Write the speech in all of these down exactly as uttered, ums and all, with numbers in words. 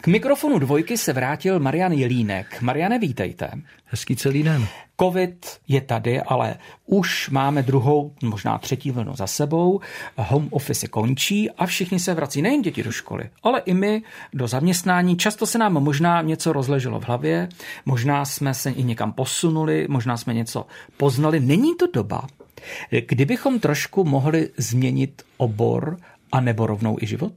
K mikrofonu dvojky se vrátil Marian Jelínek. Mariane, vítejte. Hezký celý den. Covid je tady, ale už máme druhou, možná třetí vlnu za sebou. Home office končí a všichni se vrací, nejen děti do školy, ale i my do zaměstnání. Často se nám možná něco rozleželo v hlavě, možná jsme se i někam posunuli, možná jsme něco poznali. Není to doba, kdybychom trošku mohli změnit obor a nebo rovnou i život?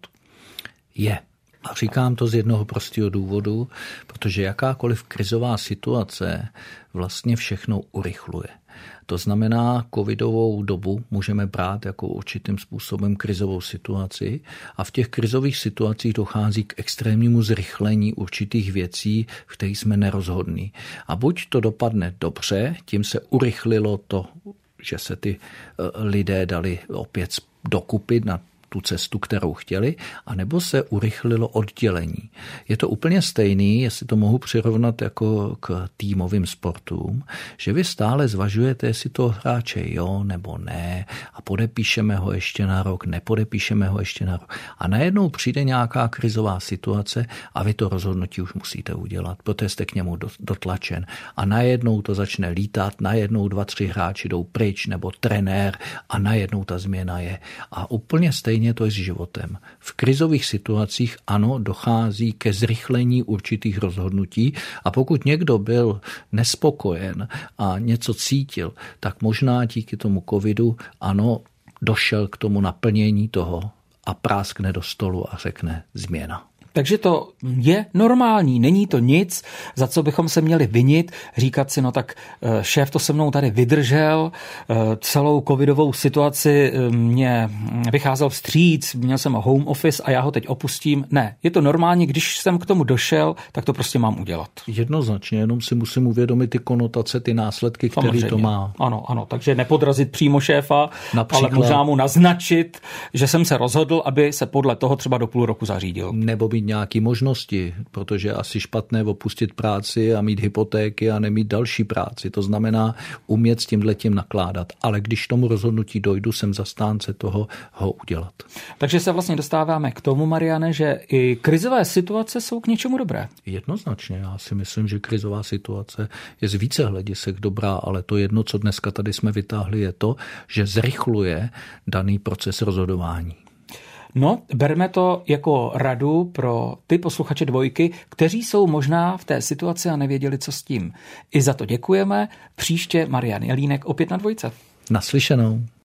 Je. A říkám to z jednoho prostého důvodu, protože jakákoliv krizová situace vlastně všechno urychluje. To znamená, covidovou dobu můžeme brát jako určitým způsobem krizovou situaci a v těch krizových situacích dochází k extrémnímu zrychlení určitých věcí, v kterých jsme nerozhodní. A buď to dopadne dobře, tím se urychlilo to, že se ty lidé dali opět dokupit na tu cestu, kterou chtěli, anebo se urychlilo oddělení. Je to úplně stejný, jestli to mohu přirovnat jako k týmovým sportům, že vy stále zvažujete, jestli to hráče jo nebo ne a podepíšeme ho ještě na rok, nepodepíšeme ho ještě na rok. A najednou přijde nějaká krizová situace a vy to rozhodnutí už musíte udělat, protože jste k němu dotlačen. A najednou to začne lítat, najednou dva, tři hráči jdou pryč nebo trenér a najednou ta změna je. A úplně stejně to je s životem. V krizových situacích ano, dochází ke zrychlení určitých rozhodnutí a pokud někdo byl nespokojen a něco cítil, tak možná díky tomu covidu ano, došel k tomu naplnění toho a práskne do stolu a řekne změna. Takže to je normální, není to nic, za co bychom se měli vinit, říkat si, no tak šéf to se mnou tady vydržel, celou covidovou situaci mě vycházel vstříc, měl jsem home office a já ho teď opustím. Ne, je to normální, když jsem k tomu došel, tak to prostě mám udělat. Jednoznačně, jenom si musím uvědomit ty konotace, ty následky, které Samozřejmě. To má. Ano, ano, takže nepodrazit přímo šéfa, Například, ale možná mu naznačit, že jsem se rozhodl, aby se podle toho třeba do půl roku zařídil. Nebo být nějaké možnosti, protože asi špatné opustit práci a mít hypotéky a nemít další práci. To znamená umět s tímhletím nakládat. Ale když tomu rozhodnutí dojdu, jsem zastánce toho ho udělat. Takže se vlastně dostáváme k tomu, Mariane, že i krizové situace jsou k něčemu dobré. Jednoznačně. Já si myslím, že krizová situace je z více hledisek dobrá, ale to jedno, co dneska tady jsme vytáhli, je to, že zrychluje daný proces rozhodování. No, berme to jako radu pro ty posluchače dvojky, kteří jsou možná v té situaci a nevěděli, co s tím. I za to děkujeme. Příště Marian Jelínek opět na dvojce. Naslyšenou.